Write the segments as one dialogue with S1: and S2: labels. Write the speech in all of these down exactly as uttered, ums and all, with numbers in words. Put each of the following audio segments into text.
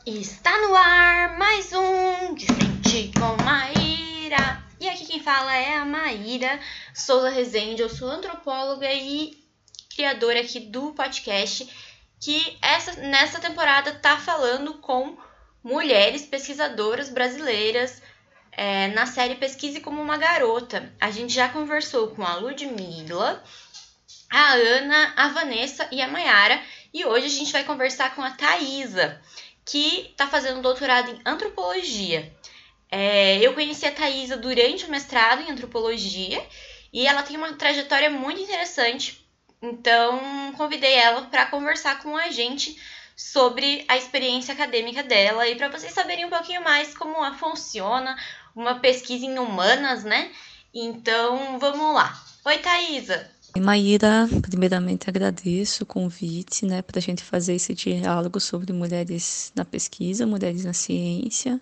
S1: Está no ar mais um De Frente com Maíra. E aqui quem fala é a Maíra Souza Rezende. Eu sou antropóloga e criadora aqui do podcast que essa, nessa temporada está falando com mulheres pesquisadoras brasileiras é, na série Pesquise como uma Garota. A gente já conversou com a Ludmilla, a Ana, a Vanessa e a Mayara. E hoje a gente vai conversar com a Thaisa, que está fazendo doutorado em antropologia. É, eu conheci a Thaisa durante o mestrado em antropologia e ela tem uma trajetória muito interessante, então convidei ela para conversar com a gente sobre a experiência acadêmica dela e para vocês saberem um pouquinho mais como funciona uma pesquisa em humanas, né? Então vamos lá. Oi, Thaisa!
S2: Maíra, primeiramente agradeço o convite, né, para a gente fazer esse diálogo sobre mulheres na pesquisa, mulheres na ciência.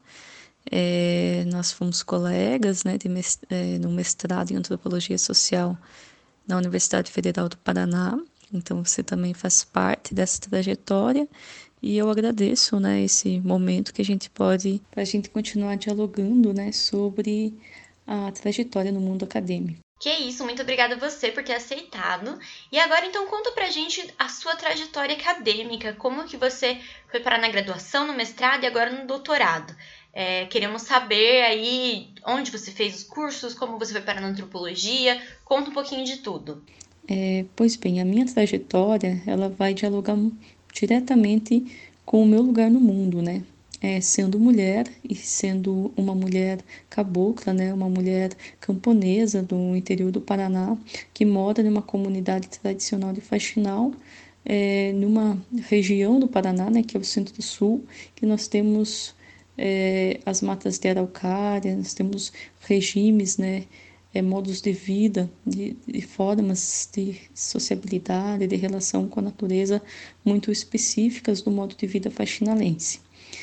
S2: É, nós fomos colegas, né, de mest- é, no mestrado em antropologia social na Universidade Federal do Paraná. Então você também faz parte dessa trajetória e eu agradeço, né, esse momento que a gente pode, para a gente continuar dialogando, né, sobre a trajetória no mundo acadêmico.
S1: Que isso, muito obrigada a você por ter aceitado. E agora então conta pra gente a sua trajetória acadêmica, como que você foi parar na graduação, no mestrado e agora no doutorado. É, queremos saber aí onde você fez os cursos, como você foi parar na antropologia, conta um pouquinho de tudo.
S2: É, pois bem, a minha trajetória, ela vai dialogar diretamente com o meu lugar no mundo, né? É, sendo mulher e sendo uma mulher cabocla, né? Uma mulher camponesa do interior do Paraná, que mora numa comunidade tradicional de faxinal, é, numa região do Paraná, né? Que é o Centro-Sul, que nós temos é, as matas de araucária, nós temos regimes, né? É, modos de vida, de, de formas de sociabilidade, de relação com a natureza muito específicas do modo de vida faxinalense.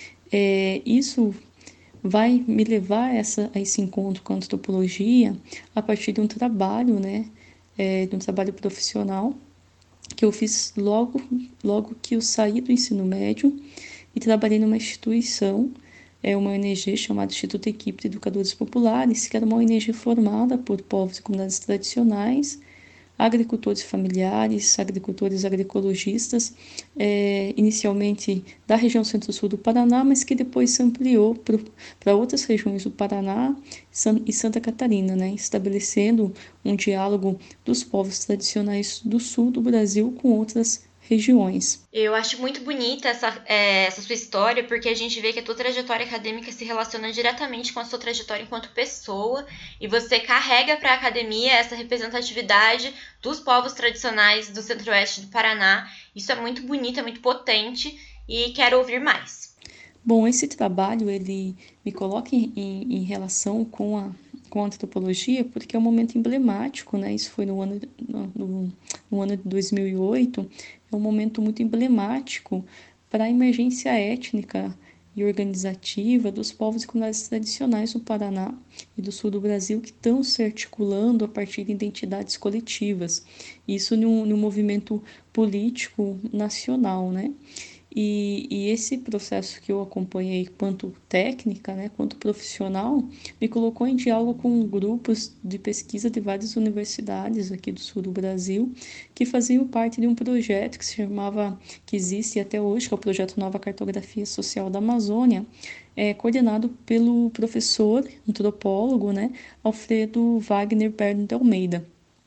S2: É, isso vai me levar a, essa, a esse encontro com a antropologia a partir de um trabalho, né, é, de um trabalho profissional que eu fiz logo, logo que eu saí do ensino médio e trabalhei numa instituição, é uma O N G chamada Instituto Equipe de Educadores Populares, que era uma O N G formada por povos e comunidades tradicionais, agricultores familiares, agricultores agroecologistas, é, inicialmente da região centro-sul do Paraná, mas que depois se ampliou para outras regiões do Paraná e Santa Catarina, né, estabelecendo um diálogo dos povos tradicionais do sul do Brasil com outras regiões.
S1: Eu acho muito bonita essa, é, essa sua história, porque a gente vê que a tua trajetória acadêmica se relaciona diretamente com a sua trajetória enquanto pessoa, e você carrega para a academia essa representatividade dos povos tradicionais do centro-oeste do Paraná. Isso é muito bonito, é muito potente, e quero ouvir mais.
S2: Bom, esse trabalho ele me coloca em, em, em relação com a, com a antropologia porque é um momento emblemático, né? Isso foi no ano, no, no ano de dois mil e oito, é um momento muito emblemático para a emergência étnica e organizativa dos povos e comunidades tradicionais do Paraná e do sul do Brasil que estão se articulando a partir de identidades coletivas. Isso num, num movimento político nacional, né? E, e esse processo que eu acompanhei quanto técnica, né, quanto profissional, me colocou em diálogo com grupos de pesquisa de várias universidades aqui do sul do Brasil, que faziam parte de um projeto que se chamava, que existe até hoje, que é o projeto Nova Cartografia Social da Amazônia, é, coordenado pelo professor antropólogo, né, Alfredo Wagner Perno de Almeida.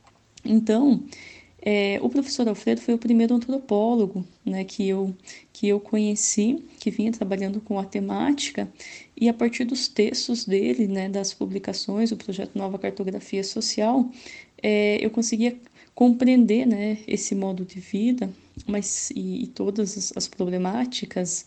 S2: Então, é, o professor Alfredo foi o primeiro antropólogo, né, que eu, que eu conheci, que vinha trabalhando com a temática, e a partir dos textos dele, né, das publicações do projeto Nova Cartografia Social, é, eu conseguia compreender, né, esse modo de vida, mas e, e todas as, as problemáticas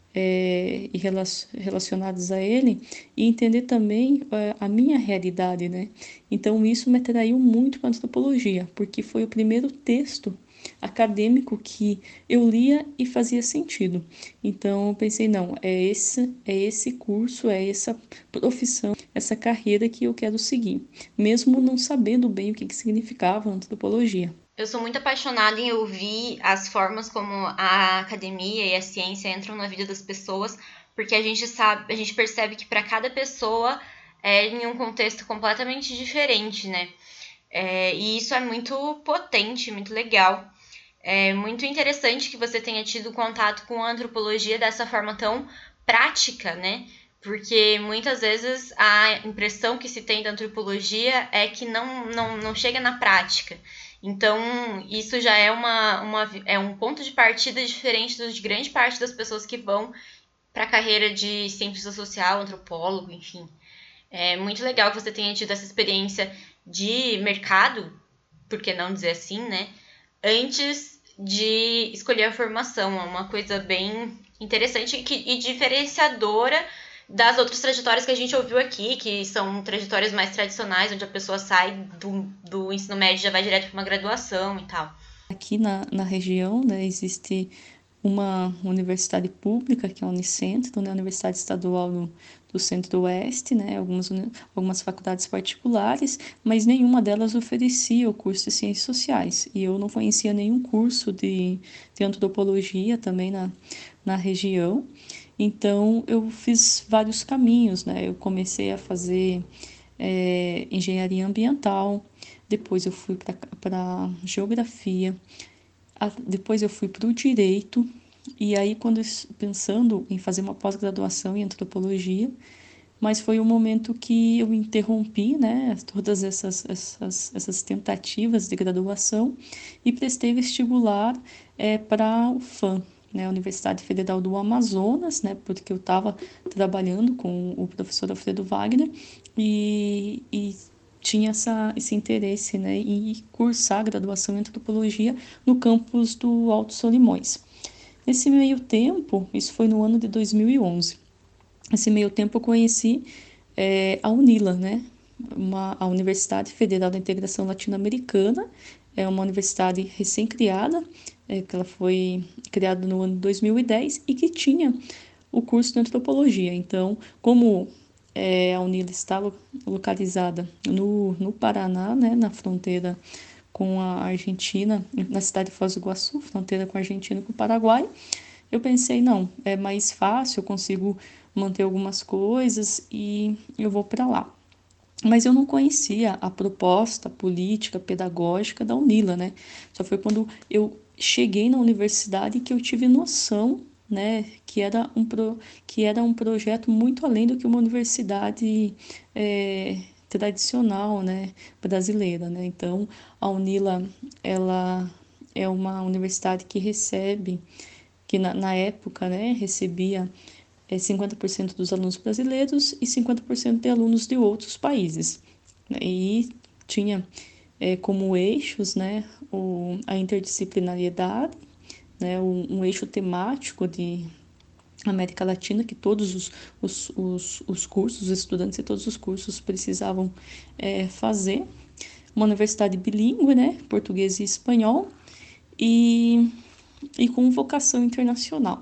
S2: é, e relacionadas a ele, e entender também é, a minha realidade, né? Então isso me atraiu muito para a antropologia, porque foi o primeiro texto acadêmico que eu lia e fazia sentido. Então eu pensei, não, é esse, é esse curso, é essa profissão, essa carreira que eu quero seguir, mesmo não sabendo bem o que, que significava antropologia.
S1: Eu sou muito apaixonada em ouvir as formas como a academia e a ciência entram na vida das pessoas, porque a gente sabe, a gente percebe que para cada pessoa é em um contexto completamente diferente, né? É, e isso é muito potente, muito legal. É muito interessante que você tenha tido contato com a antropologia dessa forma tão prática, né? Porque muitas vezes a impressão que se tem da antropologia é que não, não, não chega na prática. Então, isso já é, uma, uma, é um ponto de partida diferente do de grande parte das pessoas que vão para a carreira de cientista social, antropólogo, enfim. É muito legal que você tenha tido essa experiência de mercado, por que não dizer assim, né? Antes de escolher a formação. É uma coisa bem interessante e diferenciadora das outras trajetórias que a gente ouviu aqui, que são trajetórias mais tradicionais, onde a pessoa sai do, do ensino médio e já vai direto para uma graduação e tal.
S2: Aqui na, na região, né, existe uma universidade pública, que é a Unicentro, né, a Universidade Estadual do, do Centro-Oeste, né, algumas, algumas faculdades particulares, mas nenhuma delas oferecia o curso de Ciências Sociais. E eu não conhecia nenhum curso de, de antropologia também na, na região. Então, eu fiz vários caminhos, né? Eu comecei a fazer é, engenharia ambiental, depois eu fui para geografia, a, depois eu fui para o direito, e aí quando pensando em fazer uma pós-graduação em antropologia, mas foi um momento que eu interrompi, né, todas essas, essas, essas tentativas de graduação e prestei vestibular é, para o F A M, né, Universidade Federal do Amazonas, né, porque eu estava trabalhando com o professor Alfredo Wagner e, e tinha essa, esse interesse, né, em cursar a graduação em antropologia no campus do Alto Solimões. Nesse meio tempo, isso foi no ano de dois mil e onze, nesse meio tempo eu conheci é, a UNILA, né, uma, a Universidade Federal da Integração Latino-Americana, é uma universidade recém-criada, é, que ela foi criada no ano de dois mil e dez e que tinha o curso de antropologia. Então, como é, a UNILA está localizada no, no Paraná, né, na fronteira com a Argentina, na cidade de Foz do Iguaçu, fronteira com a Argentina e com o Paraguai, eu pensei, não, é mais fácil, eu consigo manter algumas coisas e eu vou para lá. Mas eu não conhecia a proposta política, pedagógica da UNILA, né? Só foi quando eu cheguei na universidade que eu tive noção, né, que era um, pro, que era um projeto muito além do que uma universidade é, tradicional, né, brasileira, né? Então, a UNILA, ela é uma universidade que recebe, que na, na época, né, recebia é, cinquenta por cento dos alunos brasileiros e cinquenta por cento de alunos de outros países. E tinha é, como eixos, né, o, a interdisciplinariedade, né, um, um eixo temático de América Latina, que todos os, os, os, os cursos, os estudantes de todos os cursos precisavam é, fazer. Uma universidade bilíngue, né, português e espanhol, e, e com vocação internacional.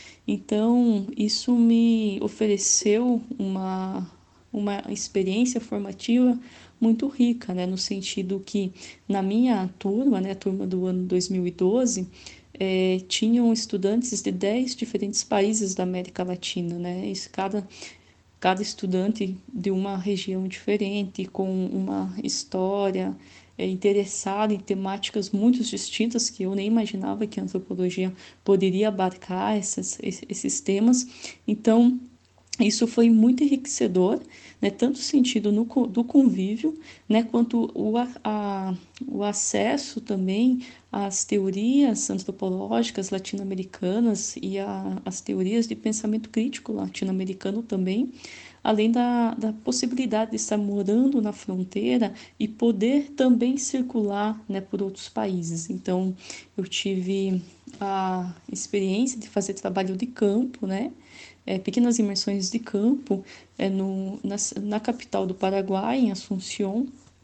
S2: Então, isso me ofereceu uma, uma experiência formativa muito rica, né? No sentido que, na minha turma, né, a turma do ano dois mil e doze, é, tinham estudantes de dez diferentes países da América Latina, né? E cada, cada estudante de uma região diferente, com uma história, é, interessado em temáticas muito distintas que eu nem imaginava que a antropologia poderia abarcar essas, esses temas. Então, isso foi muito enriquecedor, né, tanto o sentido no, do convívio, né, quanto o, a, o acesso também às teorias antropológicas latino-americanas e a, as teorias de pensamento crítico latino-americano também, além da, da possibilidade de estar morando na fronteira e poder também circular, né, por outros países. Então, eu tive a experiência de fazer trabalho de campo, né, é, pequenas imersões de campo é, no, na, na capital do Paraguai, em Assunción,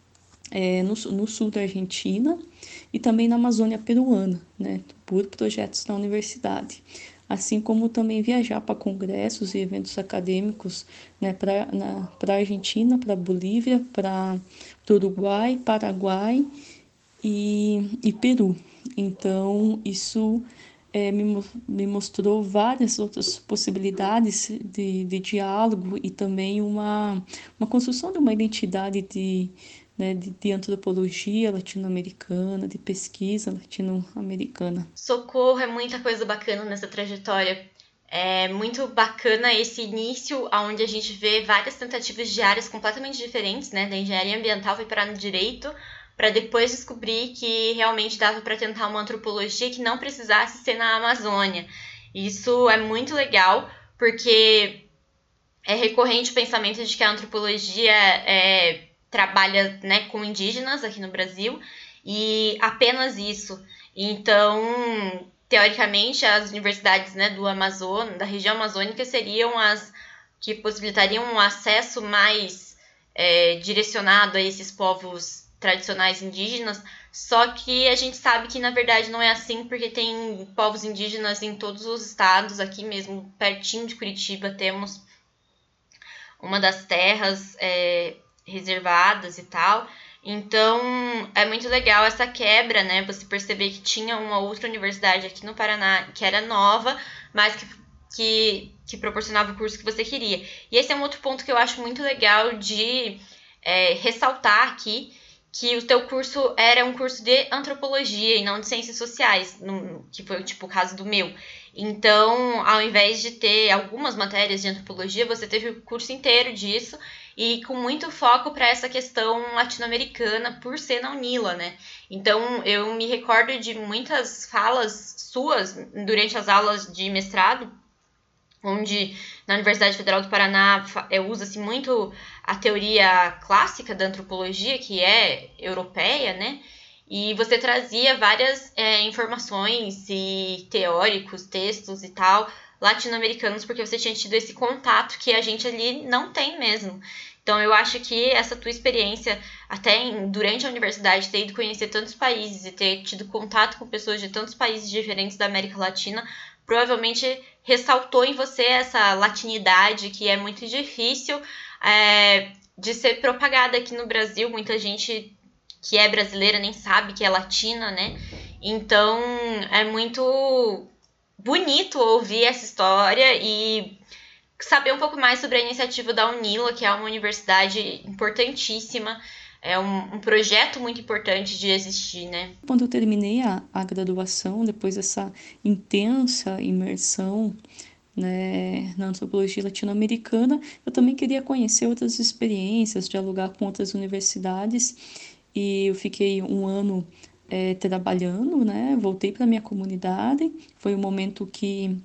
S2: é, no, no sul da Argentina e também na Amazônia peruana, né, por projetos da universidade. Assim como também viajar para congressos e eventos acadêmicos, né, para a Argentina, para a Bolívia, para o Uruguai, Paraguai e, e Peru. Então, isso é, me, me mostrou várias outras possibilidades de, de diálogo e também uma, uma construção de uma identidade de, né, de, de antropologia latino-americana, de pesquisa latino-americana.
S1: Socorro, é muita coisa bacana nessa trajetória. É muito bacana esse início, onde a gente vê várias tentativas de áreas completamente diferentes, né? Da engenharia ambiental foi parar no direito, para depois descobrir que realmente dava para tentar uma antropologia que não precisasse ser na Amazônia. Isso é muito legal, porque é recorrente o pensamento de que a antropologia é, trabalha, né, com indígenas aqui no Brasil, e apenas isso. Então, teoricamente, as universidades, né, do Amazonas, da região amazônica, seriam as que possibilitariam um acesso mais é, direcionado a esses povos tradicionais indígenas, só que a gente sabe que, na verdade, não é assim, porque tem povos indígenas em todos os estados, aqui mesmo, pertinho de Curitiba, temos uma das terras é, reservadas e tal. Então, é muito legal essa quebra, né? Você perceber que tinha uma outra universidade aqui no Paraná que era nova, mas que, que, que proporcionava o curso que você queria. E esse é um outro ponto que eu acho muito legal de é, ressaltar aqui, que o teu curso era um curso de antropologia e não de ciências sociais, no, que foi tipo o caso do meu. Então, ao invés de ter algumas matérias de antropologia, você teve o curso inteiro disso e com muito foco para essa questão latino-americana por ser na UNILA, né? Então, eu me recordo de muitas falas suas durante as aulas de mestrado, onde na Universidade Federal do Paraná usa-se muito a teoria clássica da antropologia, que é europeia, né? E você trazia várias é, informações e teóricos, textos e tal, latino-americanos, porque você tinha tido esse contato que a gente ali não tem mesmo. Então, eu acho que essa tua experiência, até em, durante a universidade, ter ido conhecer tantos países e ter tido contato com pessoas de tantos países diferentes da América Latina, provavelmente ressaltou em você essa latinidade que é muito difícil é, de ser propagada aqui no Brasil. Muita gente que é brasileira nem sabe que é latina, né? Então, é muito bonito ouvir essa história e saber um pouco mais sobre a iniciativa da UNILA, que é uma universidade importantíssima, é um, um projeto muito importante de existir, né?
S2: Quando eu terminei a, a graduação, depois dessa intensa imersão, né, na antropologia latino-americana, eu também queria conhecer outras experiências, dialogar com outras universidades, e eu fiquei um ano é, trabalhando, né, voltei para minha comunidade, foi um momento que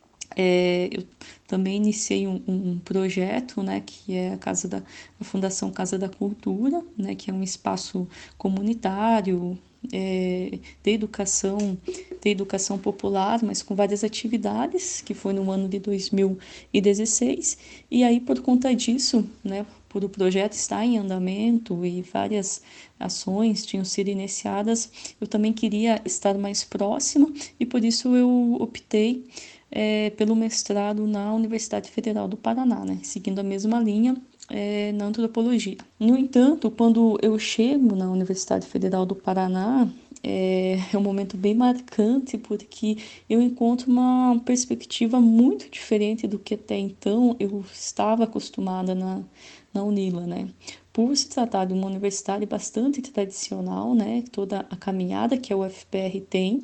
S2: é, eu também iniciei um, um projeto, né, que é a Casa da a Fundação Casa da Cultura, né, que é um espaço comunitário é, de educação, de educação popular, mas com várias atividades, que foi no ano de dois mil e dezesseis. E aí, por conta disso, né, por o projeto estar em andamento e várias ações tinham sido iniciadas, eu também queria estar mais próxima e por isso eu optei é, pelo mestrado na Universidade Federal do Paraná, né, seguindo a mesma linha é, na antropologia. No entanto, quando eu chego na Universidade Federal do Paraná, é, é um momento bem marcante porque eu encontro uma perspectiva muito diferente do que até então eu estava acostumada na, na UNILA, né? Por se tratar de uma universidade bastante tradicional, né? Toda a caminhada que a U F P R tem,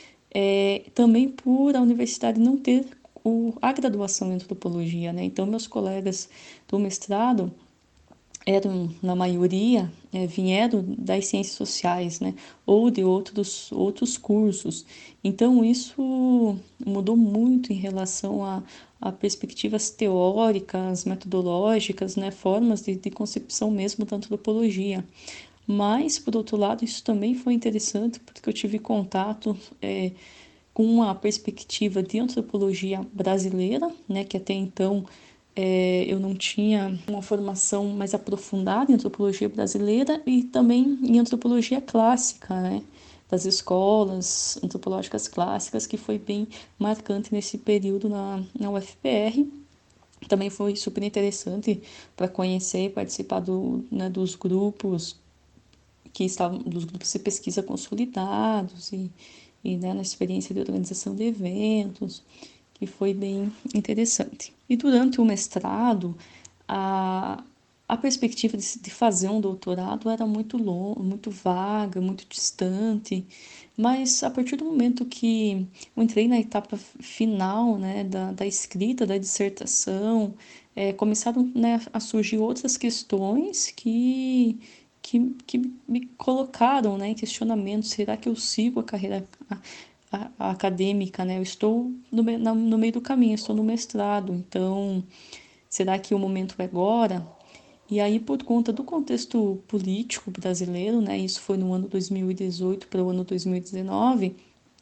S2: é, também por a universidade não ter o, a graduação em antropologia, né? Então, meus colegas do mestrado eram, na maioria, é, vieram das ciências sociais, né? Ou de outros, outros cursos. Então, isso mudou muito em relação a, a perspectivas teóricas, metodológicas, né? Formas de, de concepção mesmo da antropologia. Mas, por outro lado, isso também foi interessante porque eu tive contato é, com uma perspectiva de antropologia brasileira, né, que até então é, eu não tinha uma formação mais aprofundada em antropologia brasileira e também em antropologia clássica, né, das escolas antropológicas clássicas, que foi bem marcante nesse período na, na U F P R. Também foi super interessante para conhecer e participar do, né, dos grupos que estavam dos grupos de pesquisa consolidados e, e né, na experiência de organização de eventos, que foi bem interessante. E durante o mestrado, a, a perspectiva de, de fazer um doutorado era muito longa, muito vaga, muito distante, mas a partir do momento que eu entrei na etapa final, né, da, da escrita da dissertação, é, começaram, né, a surgir outras questões que, que, que me colocaram, né, em questionamento. Será que eu sigo a carreira a, a, a acadêmica, né? Eu estou no, na, no meio do caminho, estou no mestrado, então será que o momento é agora? E aí, por conta do contexto político brasileiro, né, isso foi no ano dois mil e dezoito para o ano dois mil e dezenove,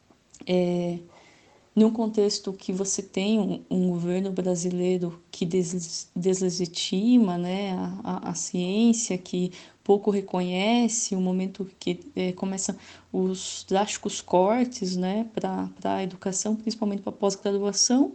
S2: é, num contexto que você tem um, um governo brasileiro que des, deslegitima, né, a, a, a ciência, que pouco reconhece, o momento que é, começa os drásticos cortes, né, para a educação, principalmente para a pós-graduação,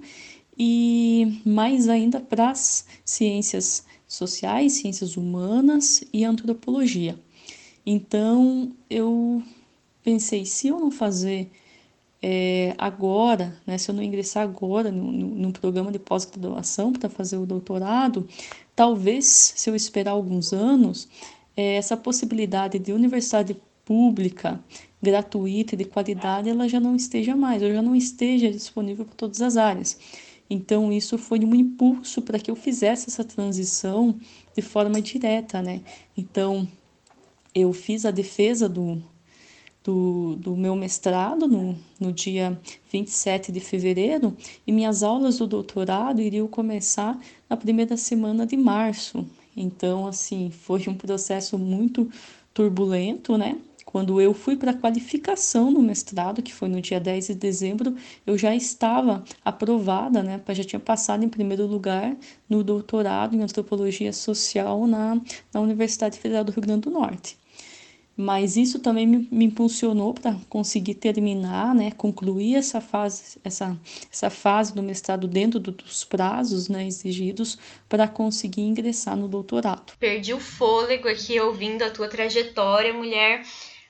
S2: e mais ainda para as ciências sociais, ciências humanas e antropologia. Então, eu pensei, se eu não fazer é, agora, né, se eu não ingressar agora no, no, no programa de pós-graduação para fazer o doutorado, talvez, se eu esperar alguns anos, é, essa possibilidade de universidade pública, gratuita e de qualidade, ela já não esteja mais, ou já não esteja disponível para todas as áreas. Então, isso foi um impulso para que eu fizesse essa transição de forma direta, né? Então, eu fiz a defesa do, do, do meu mestrado no, no dia vinte e sete de fevereiro e minhas aulas do doutorado iriam começar na primeira semana de março. Então, assim, foi um processo muito turbulento, né? Quando eu fui para a qualificação no mestrado, que foi no dia dez de dezembro, eu já estava aprovada, né? Já tinha passado em primeiro lugar no doutorado em antropologia social na, na Universidade Federal do Rio Grande do Norte. Mas isso também me, me impulsionou para conseguir terminar, né, concluir essa fase, essa, essa fase do mestrado dentro do, dos prazos, né, exigidos para conseguir ingressar no doutorado.
S1: Perdi o fôlego aqui ouvindo a tua trajetória, mulher,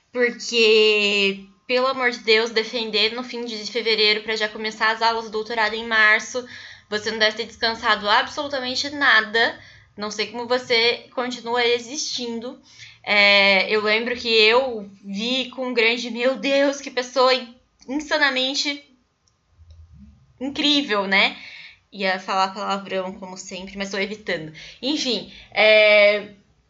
S1: porque, pelo amor de Deus, defender no fim de fevereiro para já começar as aulas do doutorado em março, você não deve ter descansado absolutamente nada. Não sei como você continua existindo. É, eu lembro que eu vi com um grande, meu Deus, que pessoa insanamente incrível, né? Ia falar palavrão, como sempre, mas tô evitando. Enfim, é,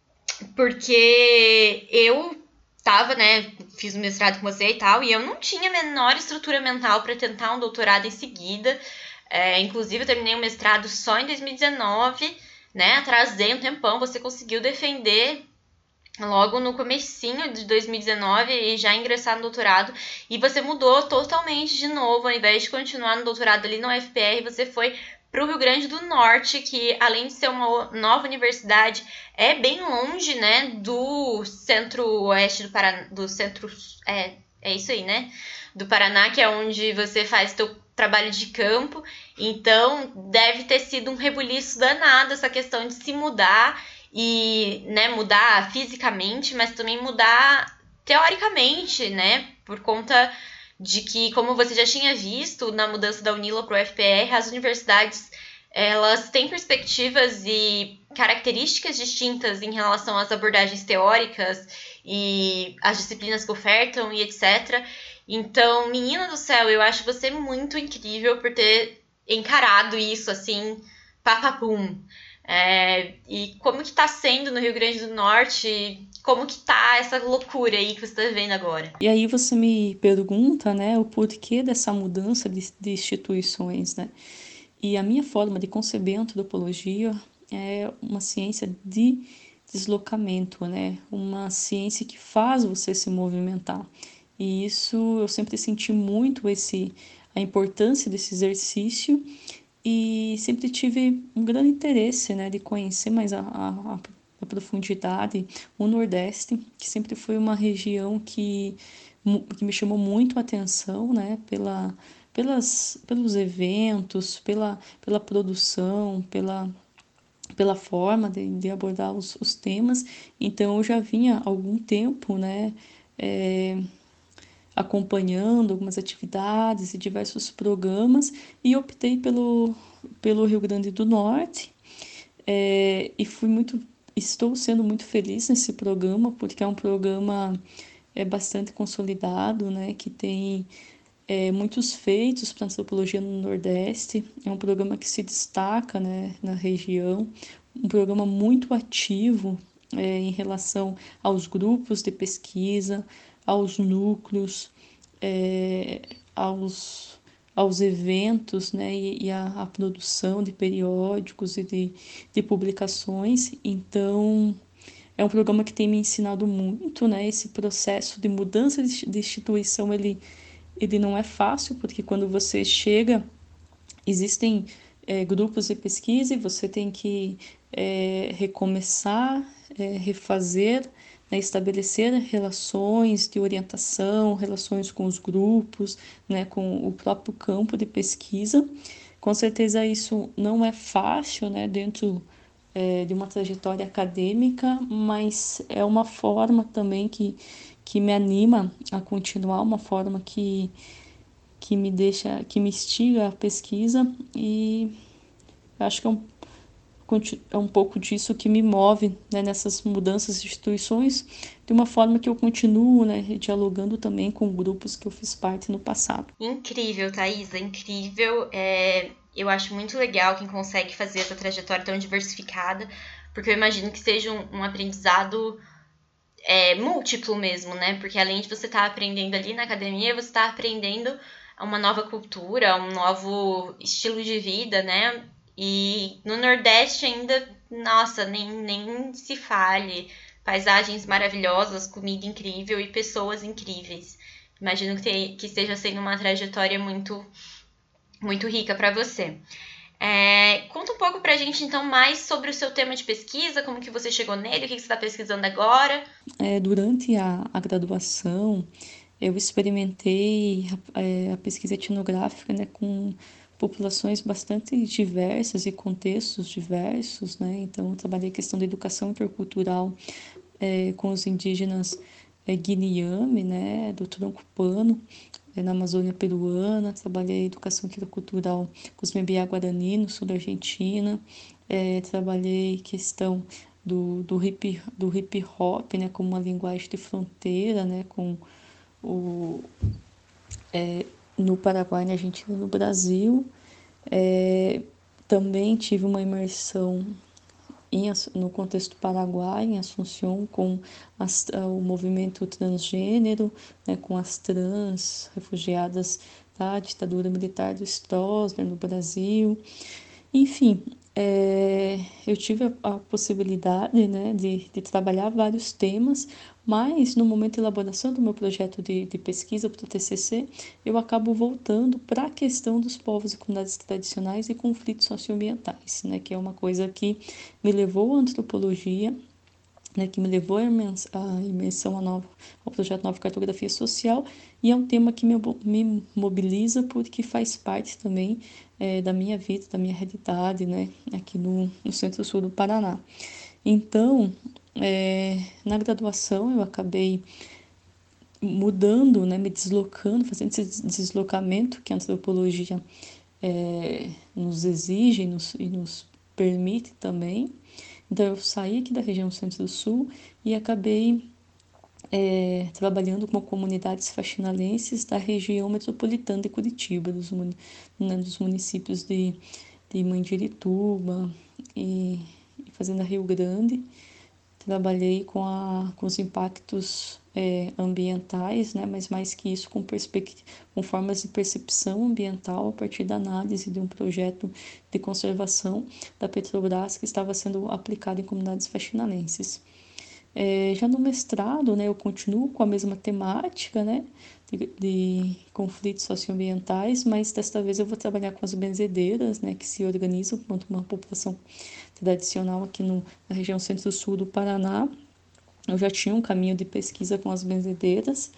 S1: porque eu tava, né, fiz o mestrado com você e tal, e eu não tinha a menor estrutura mental para tentar um doutorado em seguida. É, inclusive, eu terminei o mestrado só em dois mil e dezenove, né? Atrasei um tempão, você conseguiu defender logo no comecinho de dois mil e dezenove e já ingressar no doutorado, e você mudou totalmente de novo, ao invés de continuar no doutorado ali no U F P R, você foi para o Rio Grande do Norte, que além de ser uma nova universidade, é bem longe, né, do centro-oeste do Paraná, do centro, é, é isso aí, né, do Paraná, que é onde você faz seu trabalho de campo. Então deve ter sido um rebuliço danado essa questão de se mudar e, né, mudar fisicamente, mas também mudar teoricamente, né, por conta de que, como você já tinha visto na mudança da UNILA para o U F P R, as universidades, elas têm perspectivas e características distintas em relação às abordagens teóricas e às disciplinas que ofertam e etcétera. Então, menina do céu, eu acho você muito incrível por ter encarado isso assim, papapum. É, e como que tá sendo no Rio Grande do Norte? Como que tá essa loucura aí que você tá vendo agora?
S2: E aí você me pergunta, né, o porquê dessa mudança de, de instituições, né? E a minha forma de conceber a antropologia é uma ciência de deslocamento, né? Uma ciência que faz você se movimentar. E isso eu sempre senti muito esse a importância desse exercício e sempre tive um grande interesse, né, de conhecer mais a, a, a profundidade o Nordeste, que sempre foi uma região que, que me chamou muito a atenção, né, pela, pelas, pelos eventos, pela, pela produção, pela pela forma de, de abordar os, os temas. Então eu já vinha há algum tempo, né, é, acompanhando algumas atividades e diversos programas e optei pelo, pelo Rio Grande do Norte, é, e fui muito, estou sendo muito feliz nesse programa, porque é um programa é bastante consolidado, né, que tem é, muitos feitos para antropologia no Nordeste. É um programa que se destaca, né, na região, um programa muito ativo é, em relação aos grupos de pesquisa, aos núcleos, é, aos, aos eventos, né, e, e a, a produção de periódicos e de, de publicações. Então, é um programa que tem me ensinado muito, né? Esse processo de mudança de instituição, ele, ele não é fácil, porque quando você chega, existem é, grupos de pesquisa e você tem que é, recomeçar, é, refazer, né, estabelecer relações de orientação, relações com os grupos, né, com o próprio campo de pesquisa. Com certeza isso não é fácil, né, dentro é, de uma trajetória acadêmica, mas é uma forma também que, que me anima a continuar, uma forma que, que me deixa, que me instiga a pesquisa, e acho que é um, é um pouco disso que me move, né, nessas mudanças de instituições, de uma forma que eu continuo, né, dialogando também com grupos que eu fiz parte no passado.
S1: Incrível, Thaisa, incrível. É, eu acho muito legal quem consegue fazer essa trajetória tão diversificada, porque eu imagino que seja um, um aprendizado é, múltiplo mesmo, né? Porque além de você estar tá aprendendo ali na academia, você está aprendendo uma nova cultura, um novo estilo de vida, né? E no Nordeste ainda, nossa, nem, nem se fale. Paisagens maravilhosas, comida incrível e pessoas incríveis. Imagino que, te, que esteja sendo uma trajetória muito, muito rica para você. É, conta um pouco pra gente, então, mais sobre o seu tema de pesquisa, como que você chegou nele, o que, que você está pesquisando agora.
S2: É, durante a, a graduação, eu experimentei é, a pesquisa etnográfica, né, com populações bastante diversas e contextos diversos, né? Então, eu trabalhei a questão da educação intercultural é, com os indígenas é, Guiniame, né, do tronco pano, é, na Amazônia peruana. Trabalhei a educação intercultural com os Membiá Guarani, no sul da Argentina. É, trabalhei questão do, do, hip, do hip hop, né, como uma linguagem de fronteira, né, com o, é, no Paraguai, na Argentina, no Brasil. É, também tive uma imersão em, no contexto paraguai, em Assunção, com as, o movimento transgênero, né, com as trans refugiadas da ditadura militar do Stroessner no Brasil. Enfim, é, eu tive a, a possibilidade, né, de, de trabalhar vários temas, mas no momento de elaboração do meu projeto de, de pesquisa para o T C C, eu acabo voltando para a questão dos povos e comunidades tradicionais e conflitos socioambientais, né, que é uma coisa que me levou à antropologia, né, que me levou à imersão ao, ao projeto Nova Cartografia Social, e é um tema que me, me mobiliza porque faz parte também é, da minha vida, da minha realidade, né, aqui no, no centro-sul do Paraná. Então, é, na graduação eu acabei mudando, né, me deslocando, fazendo esse deslocamento que a antropologia é, nos exige e nos, e nos permite também. Então, eu saí aqui da região centro-sul e acabei é, trabalhando com comunidades faxinalenses da região metropolitana de Curitiba, dos, né, dos municípios de, de Mandirituba e, e Fazenda Rio Grande. Trabalhei com, a, com os impactos é, ambientais, né, mas mais que isso, com, com formas de percepção ambiental a partir da análise de um projeto de conservação da Petrobras que estava sendo aplicado em comunidades faxinalenses. É, já no mestrado, né, eu continuo com a mesma temática, né, de, de conflitos socioambientais, mas desta vez eu vou trabalhar com as benzedeiras, né, que se organizam quanto uma população tradicional aqui no, na região centro-sul do Paraná. Eu já tinha um caminho de pesquisa com as benzedeiras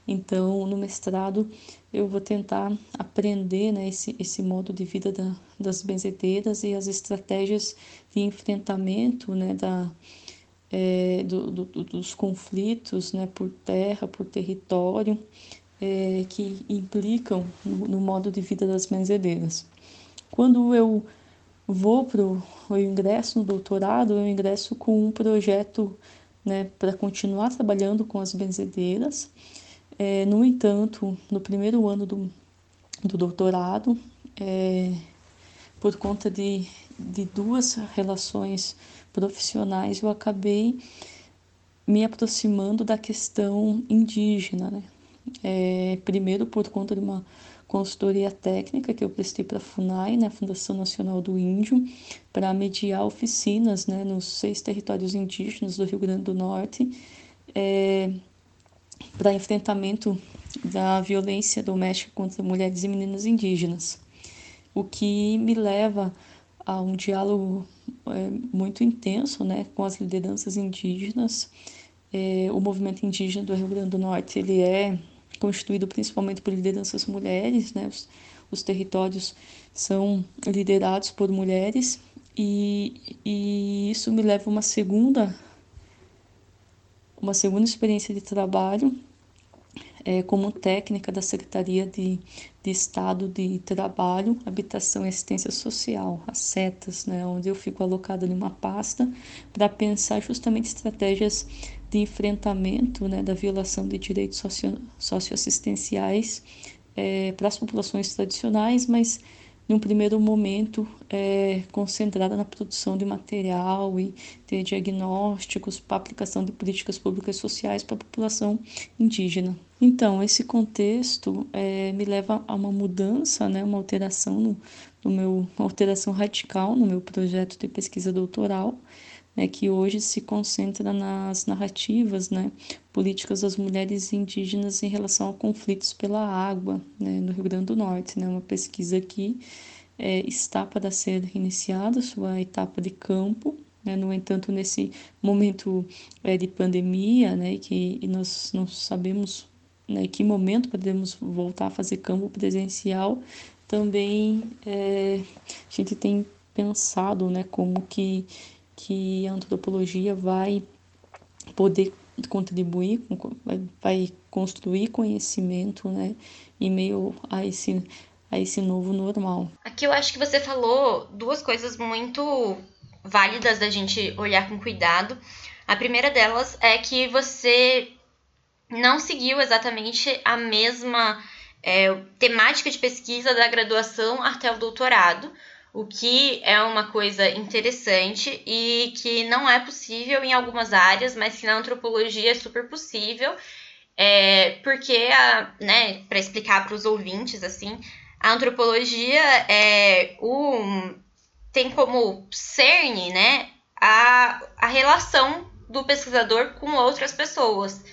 S2: Então, no mestrado, eu vou tentar aprender, né, esse, esse modo de vida da, das benzedeiras e as estratégias de enfrentamento, né, da, é, do, do, dos conflitos, né, por terra, por território, é, que implicam no, no modo de vida das benzedeiras. Quando eu vou para o ingresso no doutorado, eu ingresso com um projeto, né, para continuar trabalhando com as benzedeiras. É, no entanto, no primeiro ano do, do doutorado, é, por conta de, de duas relações profissionais, eu acabei me aproximando da questão indígena, né? É, primeiro por conta de uma consultoria técnica que eu prestei para a FUNAI, né, Fundação Nacional do Índio, para mediar oficinas, né, nos seis territórios indígenas do Rio Grande do Norte, é, para enfrentamento da violência doméstica contra mulheres e meninas indígenas, o que me leva a um diálogo é, muito intenso, né, com as lideranças indígenas. É, o movimento indígena do Rio Grande do Norte, ele é constituído principalmente por lideranças mulheres, né? Os, os territórios são liderados por mulheres e, e isso me leva a uma segunda, uma segunda experiência de trabalho é, como técnica da Secretaria de, de Estado de Trabalho, Habitação e Assistência Social, as SETAS, né? Onde eu fico alocada numa pasta para pensar justamente estratégias de enfrentamento, né, da violação de direitos socio, socioassistenciais é, para as populações tradicionais, mas num primeiro momento é, concentrada na produção de material e de diagnósticos para aplicação de políticas públicas sociais para a população indígena. Então, esse contexto é, me leva a uma mudança, né, uma alteração no, no meu, uma alteração radical no meu projeto de pesquisa doutoral, né, que hoje se concentra nas narrativas, né, políticas das mulheres indígenas em relação a conflitos pela água, né, no Rio Grande do Norte, né, uma pesquisa que é, está para ser iniciada, sua etapa de campo, né, no entanto, nesse momento é, de pandemia, né, que e nós não sabemos, né, que momento podemos voltar a fazer campo presencial, também é, a gente tem pensado, né, como que que a antropologia vai poder contribuir, vai construir conhecimento, né, em meio a esse, a esse novo normal.
S1: Aqui eu acho que você falou duas coisas muito válidas da gente olhar com cuidado. A primeira delas é que você não seguiu exatamente a mesma é, temática de pesquisa da graduação até o doutorado, o que é uma coisa interessante e que não é possível em algumas áreas, mas que na antropologia é super possível, é, porque, a, né, para explicar para os ouvintes, assim, a antropologia é o, tem como cerne, né, a, a relação do pesquisador com outras pessoas.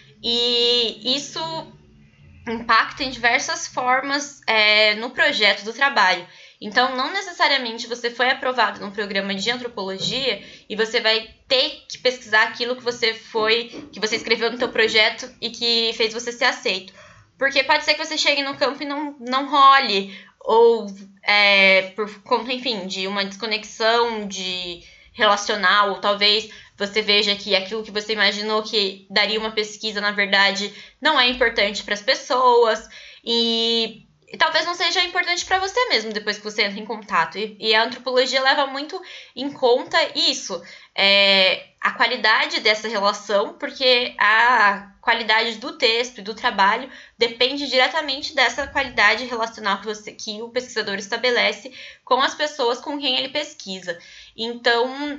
S1: E isso impacta em diversas formas é, no projeto do trabalho. Então, não necessariamente você foi aprovado num programa de antropologia e você vai ter que pesquisar aquilo que você foi, que você escreveu no teu projeto e que fez você ser aceito. Porque pode ser que você chegue no campo e não, não role, ou é, por conta, enfim, de uma desconexão de relacional, ou talvez você veja que aquilo que você imaginou que daria uma pesquisa, na verdade, não é importante para as pessoas, e, e talvez não seja importante para você mesmo depois que você entra em contato. E, e a antropologia leva muito em conta isso, é, a qualidade dessa relação, porque a qualidade do texto e do trabalho depende diretamente dessa qualidade relacional que, você, que o pesquisador estabelece com as pessoas com quem ele pesquisa. Então,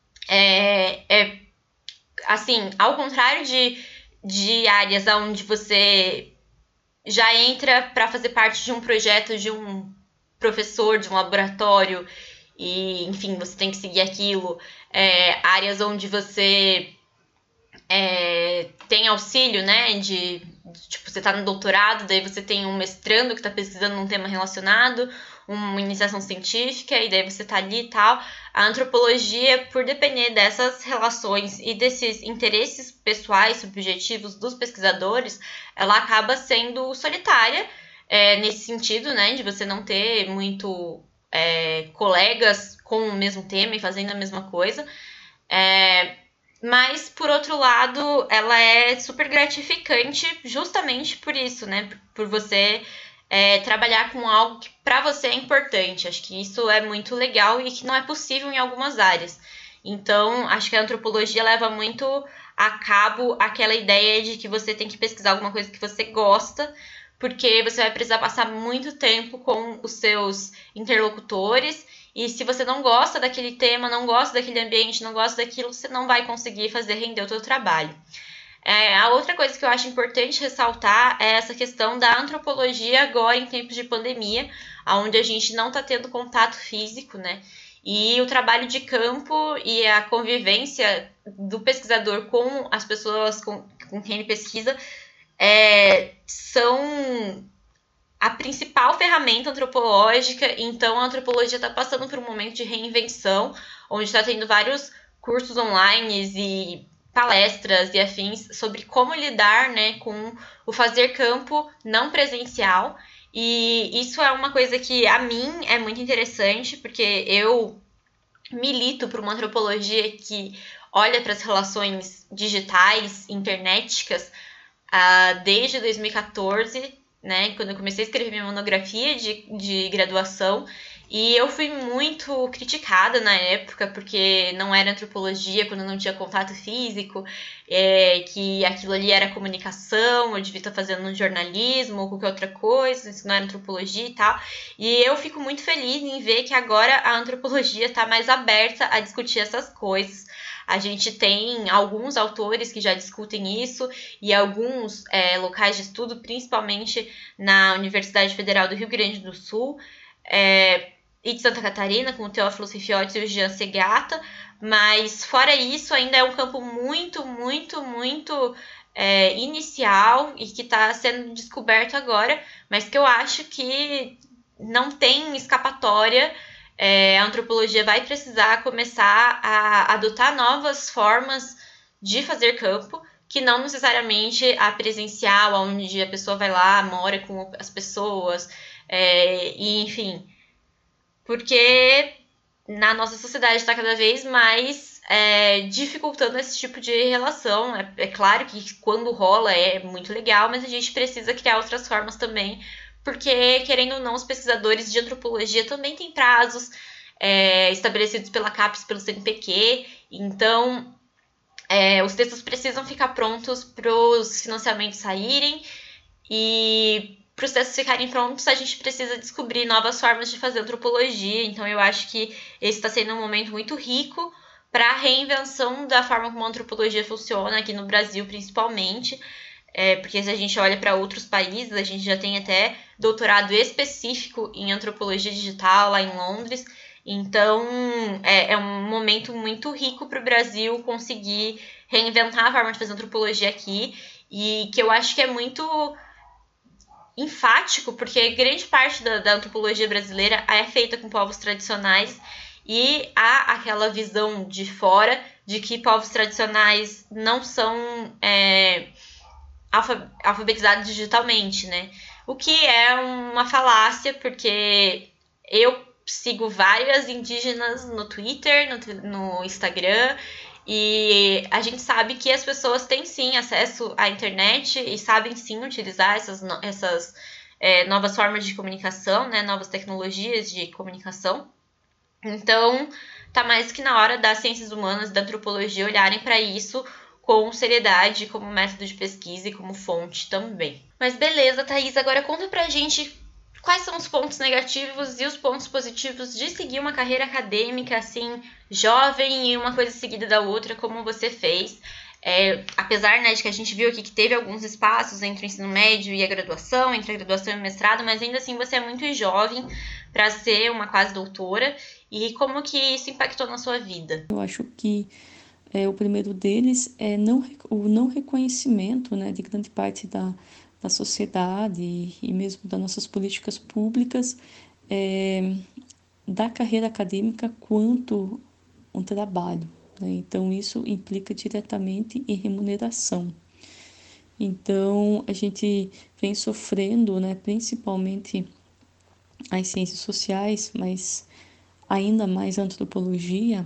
S1: é, é assim, ao contrário de, de áreas onde você já entra para fazer parte de um projeto de um professor, de um laboratório, e, enfim, você tem que seguir aquilo, é, áreas onde você é, tem auxílio, né, de, de, tipo, você tá no doutorado, daí você tem um mestrando que tá pesquisando num tema relacionado, uma iniciação científica, e daí você tá ali e tal. A antropologia, por depender dessas relações e desses interesses pessoais, subjetivos dos pesquisadores, ela acaba sendo solitária, é, nesse sentido, né, de você não ter muito é, colegas com o mesmo tema e fazendo a mesma coisa. É, mas, por outro lado, ela é super gratificante justamente por isso, né? Por você é, trabalhar com algo que para você é importante. Acho que isso é muito legal e que não é possível em algumas áreas. Então, acho que a antropologia leva muito a cabo aquela ideia de que você tem que pesquisar alguma coisa que você gosta, porque você vai precisar passar muito tempo com os seus interlocutores. E se você não gosta daquele tema, não gosta daquele ambiente, não gosta daquilo, você não vai conseguir fazer render o seu trabalho. É, a outra coisa que eu acho importante ressaltar é essa questão da antropologia agora em tempos de pandemia, onde a gente não está tendo contato físico, né? E o trabalho de campo e a convivência do pesquisador com as pessoas com, com quem ele pesquisa é, são a principal ferramenta antropológica. Então a antropologia está passando por um momento de reinvenção, onde está tendo vários cursos online e palestras e afins sobre como lidar, né, com o fazer campo não presencial. E isso é uma coisa que a mim é muito interessante, porque eu milito por uma antropologia que olha para as relações digitais, internéticas, uh, desde dois mil e catorze, né, quando eu comecei a escrever minha monografia de, de graduação, e eu fui muito criticada na época, porque não era antropologia, quando não tinha contato físico, é, que aquilo ali era comunicação, eu devia estar fazendo jornalismo ou qualquer outra coisa, isso não era antropologia e tal. E eu fico muito feliz em ver que agora a antropologia está mais aberta a discutir essas coisas. A gente tem alguns autores que já discutem isso e alguns é, locais de estudo, principalmente na Universidade Federal do Rio Grande do Sul, é, e de Santa Catarina, com o Teófilo Rifiotti e o Jean Segata, mas fora isso ainda é um campo muito, muito, muito é, inicial e que está sendo descoberto agora, mas que eu acho que não tem escapatória. É, a antropologia vai precisar começar a adotar novas formas de fazer campo, que não necessariamente a presencial, onde a pessoa vai lá, mora com as pessoas, é, e enfim, porque na nossa sociedade está cada vez mais é, dificultando esse tipo de relação. É, é claro que quando rola é muito legal, mas a gente precisa criar outras formas também, porque, querendo ou não, os pesquisadores de antropologia também têm prazos é, estabelecidos pela CAPES, pelo C N P Q, então é, os textos precisam ficar prontos para os financiamentos saírem, e para os textos ficarem prontos a gente precisa descobrir novas formas de fazer antropologia. Então eu acho que esse está sendo um momento muito rico para a reinvenção da forma como a antropologia funciona aqui no Brasil, principalmente. É, porque se a gente olha para outros países, a gente já tem até doutorado específico em antropologia digital lá em Londres. Então, é, é um momento muito rico para o Brasil conseguir reinventar a forma de fazer antropologia aqui, e que eu acho que é muito enfático, porque grande parte da, da antropologia brasileira é feita com povos tradicionais, e há aquela visão de fora de que povos tradicionais não são... É, alfabetizados digitalmente, né? O que é uma falácia, porque eu sigo várias indígenas no Twitter, no, no Instagram, e a gente sabe que as pessoas têm sim acesso à internet e sabem sim utilizar essas, essas é, novas formas de comunicação, né? Novas tecnologias de comunicação. Então, tá mais que na hora das ciências humanas, da antropologia, olharem para isso com seriedade, como método de pesquisa e como fonte também. Mas beleza, Thaís, agora conta pra gente quais são os pontos negativos e os pontos positivos de seguir uma carreira acadêmica assim, jovem, e uma coisa seguida da outra, como você fez. É, apesar, né, de que a gente viu aqui que teve alguns espaços entre o ensino médio e a graduação, entre a graduação e o mestrado, mas ainda assim você é muito jovem para ser uma quase doutora. E como que isso impactou na sua vida?
S2: Eu acho que É, o primeiro deles é não, o não reconhecimento, né, de grande parte da, da sociedade e mesmo das nossas políticas públicas é, da carreira acadêmica quanto um trabalho, né? Então, isso implica diretamente em remuneração. Então, a gente vem sofrendo, né, principalmente as ciências sociais, mas ainda mais a antropologia,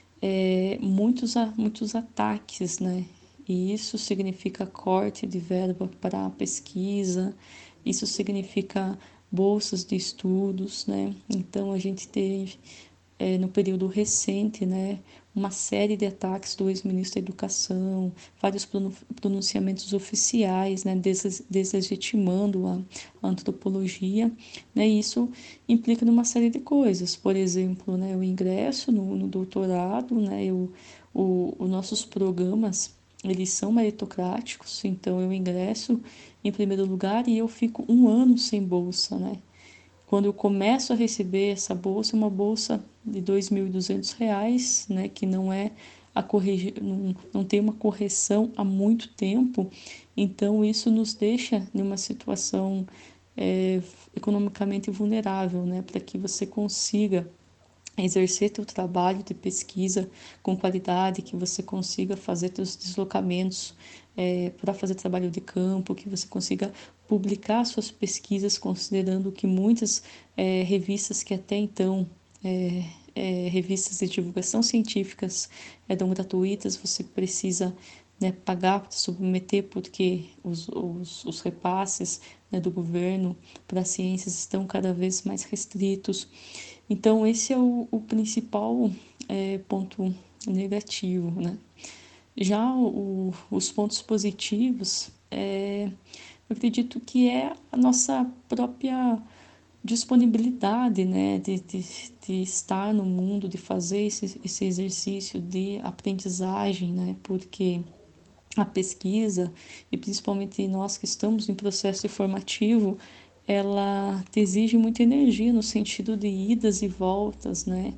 S2: é, muitos, muitos ataques, né? E isso significa corte de verba para a pesquisa, isso significa bolsas de estudos, né? Então, a gente teve, é, no período recente, né, uma série de ataques do ex-ministro da Educação, vários pronunciamentos oficiais, né, deslegitimando a, a antropologia, né, e isso implica numa série de coisas, por exemplo, né, o ingresso no, no doutorado, né, o, o, os nossos programas, eles são meritocráticos, então eu ingresso em primeiro lugar e eu fico um ano sem bolsa, né. Quando eu começo a receber essa bolsa, é uma bolsa de dois mil e duzentos reais, né, que não é a corrigi... não, não tem uma correção há muito tempo, então isso nos deixa numa situação é, economicamente vulnerável, né, para que você consiga exercer teu trabalho de pesquisa com qualidade, que você consiga fazer teus deslocamentos é, para fazer trabalho de campo, que você consiga publicar suas pesquisas, considerando que muitas é, revistas que até então, é, é, revistas de divulgação científicas eram gratuitas, você precisa, né, pagar para submeter, porque os, os, os repasses, né, do governo para as ciências estão cada vez mais restritos. Então, esse é o, o principal é, ponto negativo, né? Já o, os pontos positivos, é, eu acredito que é a nossa própria disponibilidade, né, de, de, de estar no mundo, de fazer esse, esse exercício de aprendizagem, né, porque a pesquisa, e principalmente nós que estamos em processo formativo, ela te exige muita energia no sentido de idas e voltas, né?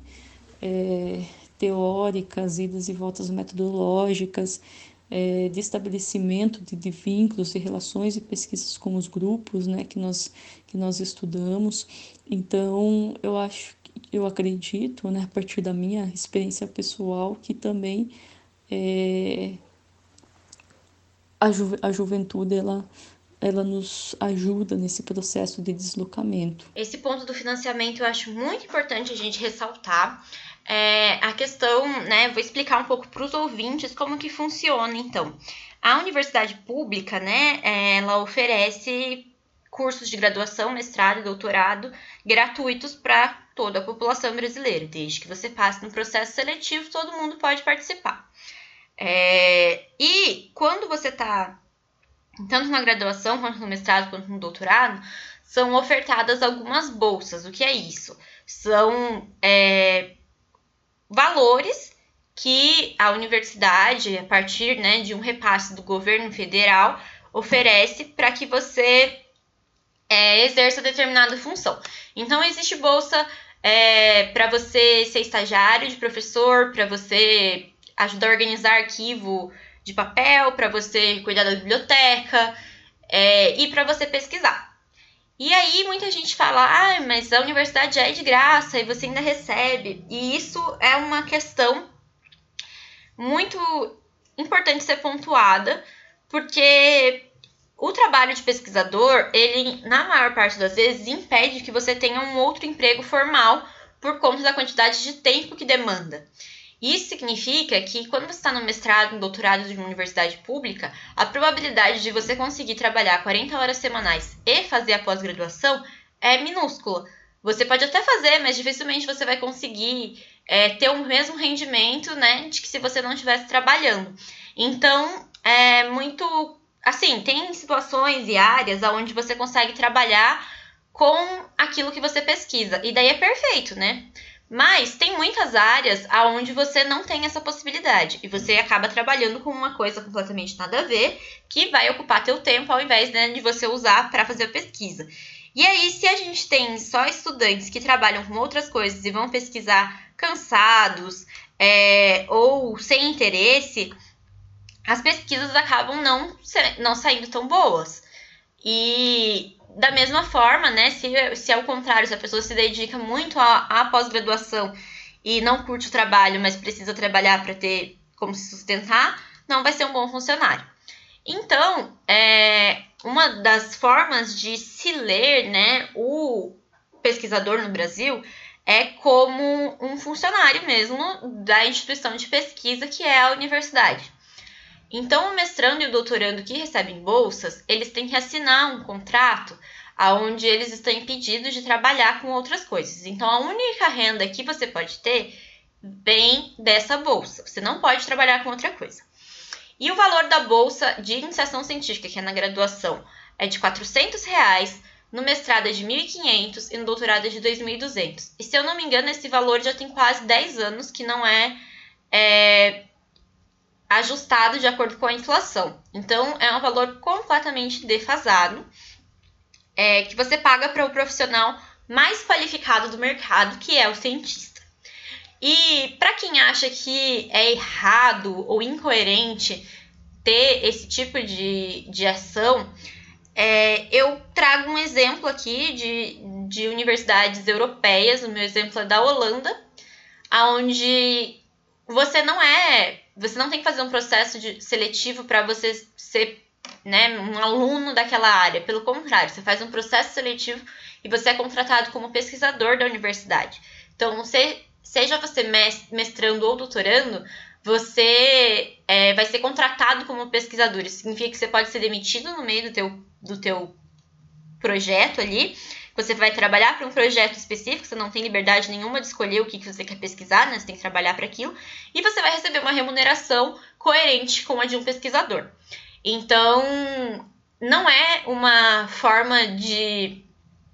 S2: É, teóricas, idas e voltas metodológicas, é, de estabelecimento de, de vínculos, de relações e pesquisas com os grupos, né, que nós, que nós estudamos. Então, eu acho, eu acredito, né, a partir da minha experiência pessoal, que também é, a, ju, a juventude, ela ela nos ajuda nesse processo de deslocamento.
S1: Esse ponto do financiamento eu acho muito importante a gente ressaltar. É, a questão, né, vou explicar um pouco para os ouvintes como que funciona, então. A universidade pública, né, ela oferece cursos de graduação, mestrado e doutorado gratuitos para toda a população brasileira. Desde que você passe no processo seletivo, todo mundo pode participar. É, e quando você está tanto na graduação, quanto no mestrado, quanto no doutorado, são ofertadas algumas bolsas. O que é isso? São é, valores que a universidade, a partir, né, de um repasse do governo federal, oferece para que você é, exerça determinada função. Então, existe bolsa é, para você ser estagiário de professor, para você ajudar a organizar arquivo de papel, para você cuidar da biblioteca é, e para você pesquisar. E aí muita gente fala, ah, mas a universidade já é de graça e você ainda recebe. E isso é uma questão muito importante ser pontuada, porque o trabalho de pesquisador, ele, na maior parte das vezes, impede que você tenha um outro emprego formal por conta da quantidade de tempo que demanda. Isso significa que quando você está no mestrado, no doutorado de uma universidade pública, a probabilidade de você conseguir trabalhar quarenta horas semanais e fazer a pós-graduação é minúscula. Você pode até fazer, mas dificilmente você vai conseguir é, ter o mesmo rendimento, né, de que se você não estivesse trabalhando. Então, é muito... Assim, tem situações e áreas onde você consegue trabalhar com aquilo que você pesquisa. E daí é perfeito, né? Mas tem muitas áreas onde você não tem essa possibilidade e você acaba trabalhando com uma coisa completamente nada a ver que vai ocupar teu tempo ao invés, né, de você usar para fazer a pesquisa. E aí, se a gente tem só estudantes que trabalham com outras coisas e vão pesquisar cansados é, ou sem interesse, as pesquisas acabam não, não saindo tão boas. E da mesma forma, né, se, se ao contrário, se a pessoa se dedica muito à, à pós-graduação e não curte o trabalho, mas precisa trabalhar para ter como se sustentar, não vai ser um bom funcionário. Então, é, uma das formas de se ler, né, o pesquisador no Brasil é como um funcionário mesmo da instituição de pesquisa que é a universidade. Então, o mestrando e o doutorando que recebem bolsas, eles têm que assinar um contrato onde eles estão impedidos de trabalhar com outras coisas. Então, a única renda que você pode ter vem dessa bolsa. Você não pode trabalhar com outra coisa. E o valor da bolsa de iniciação científica, que é na graduação, é de quatrocentos reais, no mestrado é de mil e quinhentos e no doutorado é de dois mil e duzentos. E se eu não me engano, esse valor já tem quase dez anos que não é, é ajustado de acordo com a inflação. Então, é um valor completamente defasado, é, que você paga para o profissional mais qualificado do mercado, que é o cientista. E para quem acha que é errado ou incoerente ter esse tipo de, de ação, é, eu trago um exemplo aqui de, de universidades europeias. O meu exemplo é da Holanda, onde você não é, você não tem que fazer um processo de seletivo para você ser, né, um aluno daquela área. Pelo contrário, você faz um processo seletivo e você é contratado como pesquisador da universidade. Então, você seja você mestrando ou doutorando, você é, vai ser contratado como pesquisador. Isso significa que você pode ser demitido no meio do teu, do teu projeto ali. Você vai trabalhar para um projeto específico, você não tem liberdade nenhuma de escolher o que você quer pesquisar, né? Você tem que trabalhar para aquilo. E você vai receber uma remuneração coerente com a de um pesquisador. Então, não é uma forma de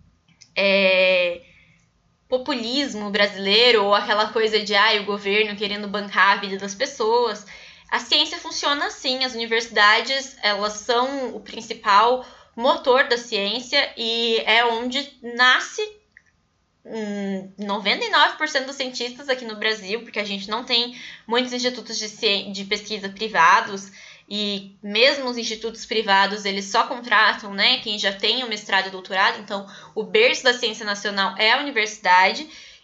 S1: É, populismo brasileiro ou aquela coisa de ah, o governo querendo bancar a vida das pessoas. A ciência funciona assim, as universidades, elas são o principal motor da ciência e é onde nasce hum, noventa e nove por cento dos cientistas aqui no Brasil, porque a gente não tem muitos institutos de, ci... de pesquisa privados, e mesmo os institutos privados, eles só contratam, né, quem já tem o mestrado e doutorado. Então, o berço da ciência nacional é a universidade,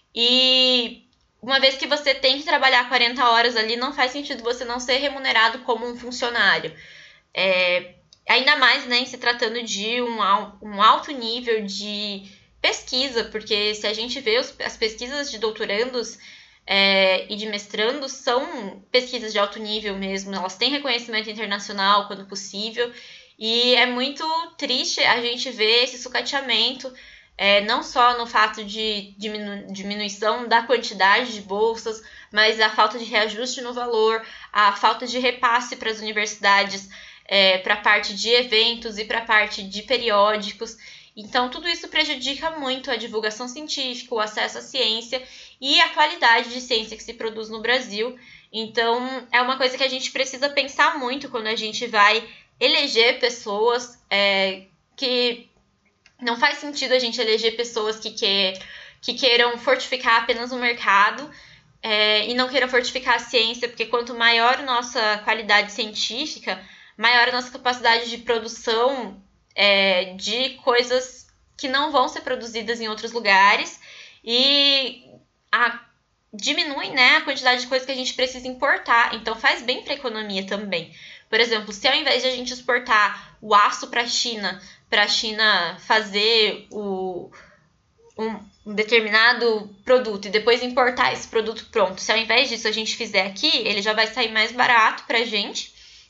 S1: e uma vez que você tem que trabalhar quarenta horas ali, não faz sentido você não ser remunerado como um funcionário. É, ainda mais, né, se tratando de um, um alto nível de pesquisa, porque se a gente vê os, as pesquisas de doutorandos É, e de mestrando, são pesquisas de alto nível mesmo, elas têm reconhecimento internacional quando possível, e é muito triste a gente ver esse sucateamento, é, não só no fato de diminu- diminuição da quantidade de bolsas, mas a falta de reajuste no valor, a falta de repasse para as universidades, é, para a parte de eventos e para a parte de periódicos. Então, tudo isso prejudica muito a divulgação científica, o acesso à ciência e a qualidade de ciência que se produz no Brasil. Então, é uma coisa que a gente precisa pensar muito quando a gente vai eleger pessoas, é, que não faz sentido a gente eleger pessoas que, que, que queiram fortificar apenas o mercado, é, e não queiram fortificar a ciência, porque quanto maior a nossa qualidade científica, maior a nossa capacidade de produção É, de coisas que não vão ser produzidas em outros lugares, e a, diminui, né, a quantidade de coisas que a gente precisa importar. Então faz bem para a economia também. Por exemplo, se ao invés de a gente exportar o aço para a China, para a China fazer o, um, um determinado produto e depois importar esse produto pronto, se ao invés disso a gente fizer aqui, ele já vai sair mais barato para a gente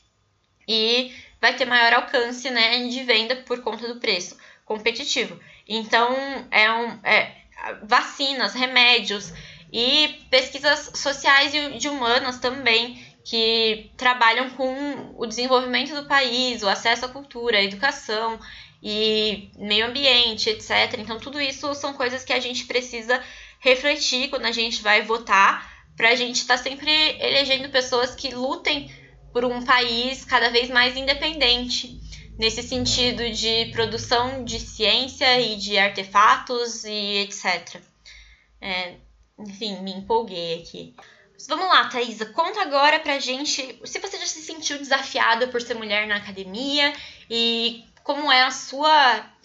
S1: e vai ter maior alcance, né, de venda por conta do preço competitivo. Então, é um, é, vacinas, remédios e pesquisas sociais e de humanas também, que trabalham com o desenvolvimento do país, o acesso à cultura, à educação e meio ambiente, etcétera. Então, tudo isso são coisas que a gente precisa refletir quando a gente vai votar, para a gente estar sempre elegendo pessoas que lutem por um país cada vez mais independente, nesse sentido de produção de ciência e de artefatos e etcétera. É, enfim, me empolguei aqui. Mas vamos lá, Thaisa, conta agora pra gente se você já se sentiu desafiada por ser mulher na academia e como é a sua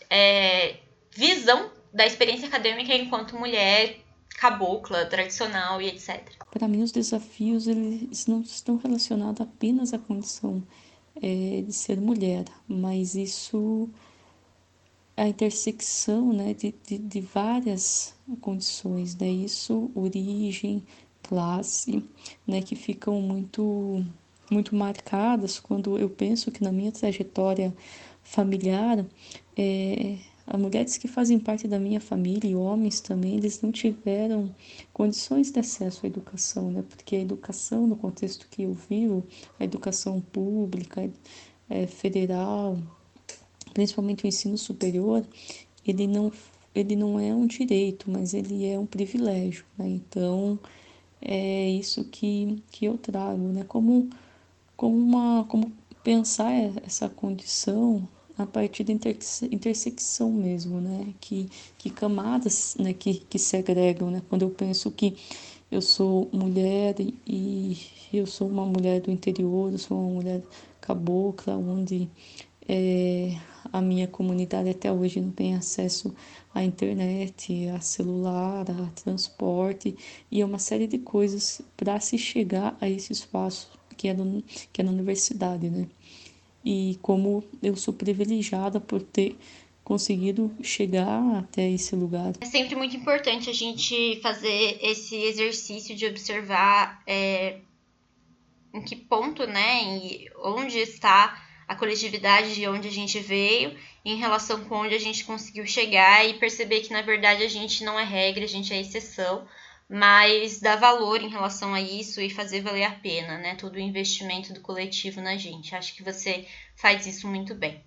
S1: é, visão da experiência acadêmica enquanto mulher cabocla, tradicional e etcétera.
S2: Para mim, os desafios eles não estão relacionados apenas à condição é, de ser mulher, mas isso, a intersecção, né, de, de, de várias condições, né, isso, origem, classe, né, que ficam muito, muito marcadas quando eu penso que na minha trajetória familiar, é, as mulheres que fazem parte da minha família e homens também, eles não tiveram condições de acesso à educação, né? Porque a educação, no contexto que eu vivo, a educação pública, é, federal, principalmente o ensino superior, ele não, ele não é um direito, mas ele é um privilégio, né? Então, é isso que, que eu trago, né? Como, como, uma, como pensar essa condição a partir da interse intersecção mesmo, né? Que, que camadas, né? que, que segregam, né? Quando eu penso que eu sou mulher e eu sou uma mulher do interior, eu sou uma mulher cabocla, onde é, a minha comunidade até hoje não tem acesso à internet, a celular, a transporte e a uma série de coisas para se chegar a esse espaço que é, no, que é na universidade, né? E como eu sou privilegiada por ter conseguido chegar até esse lugar.
S1: É sempre muito importante a gente fazer esse exercício de observar é, em que ponto, né, e onde está a coletividade de onde a gente veio em relação com onde a gente conseguiu chegar e perceber que, na verdade, a gente não é regra, a gente é exceção, mas dar valor em relação a isso e fazer valer a pena, né, todo o investimento do coletivo na gente. Acho que você faz isso muito bem.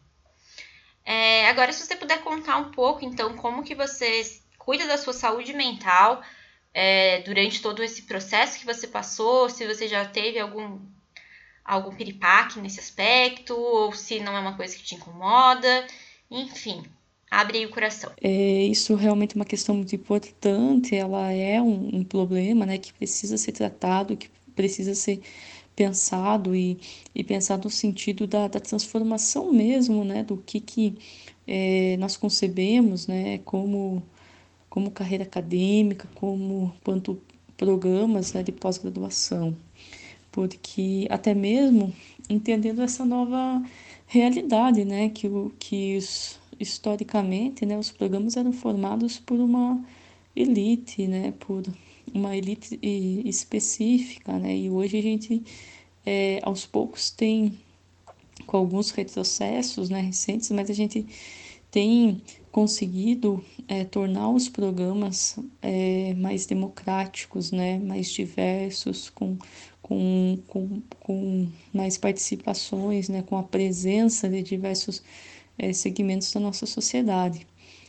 S1: É, agora, se você puder contar um pouco, então, como que você cuida da sua saúde mental é, durante todo esse processo que você passou, se você já teve algum, algum piripaque nesse aspecto, ou se não é uma coisa que te incomoda, enfim, abre aí o coração.
S2: É, isso realmente é uma questão muito importante, ela é um, um problema, né, que precisa ser tratado, que precisa ser pensado e, e pensado no sentido da, da transformação mesmo, né, do que, que é, nós concebemos, né, como, como carreira acadêmica, como quanto programas, né, de pós-graduação, porque até mesmo entendendo essa nova realidade, né, que, o, que os, historicamente, né, os programas eram formados por uma elite, né, por uma elite específica, né, e hoje a gente é, aos poucos tem, com alguns retrocessos, né, recentes, mas a gente tem conseguido é, tornar os programas é, mais democráticos, né, mais diversos, com, com, com, com mais participações, né, com a presença de diversos é, segmentos da nossa sociedade.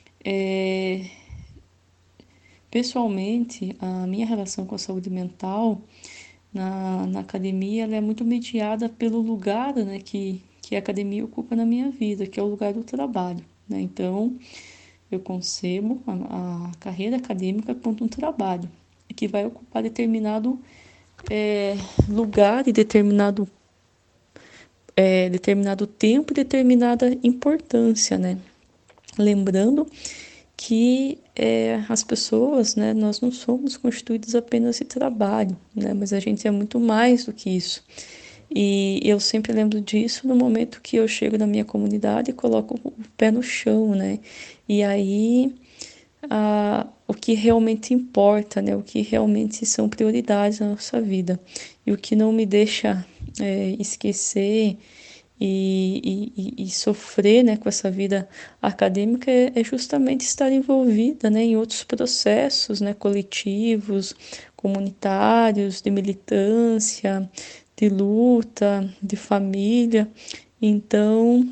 S2: É, pessoalmente, a minha relação com a saúde mental na, na academia ela é muito mediada pelo lugar, né, que, que a academia ocupa na minha vida, que é o lugar do trabalho, né? Então, eu concebo a, a carreira acadêmica quanto um trabalho, que vai ocupar determinado é, lugar e determinado, é, determinado tempo e determinada importância, né? Lembrando que é, as pessoas, né, nós não somos constituídos apenas de trabalho, né, mas a gente é muito mais do que isso. E eu sempre lembro disso no momento que eu chego na minha comunidade e coloco o pé no chão, né? E aí a, o que realmente importa, né? O que realmente são prioridades na nossa vida. E o que não me deixa é, esquecer e, e, e sofrer, né, com essa vida acadêmica é, é justamente estar envolvida, né, em outros processos, né, coletivos, comunitários, de militância, de luta, de família. Então,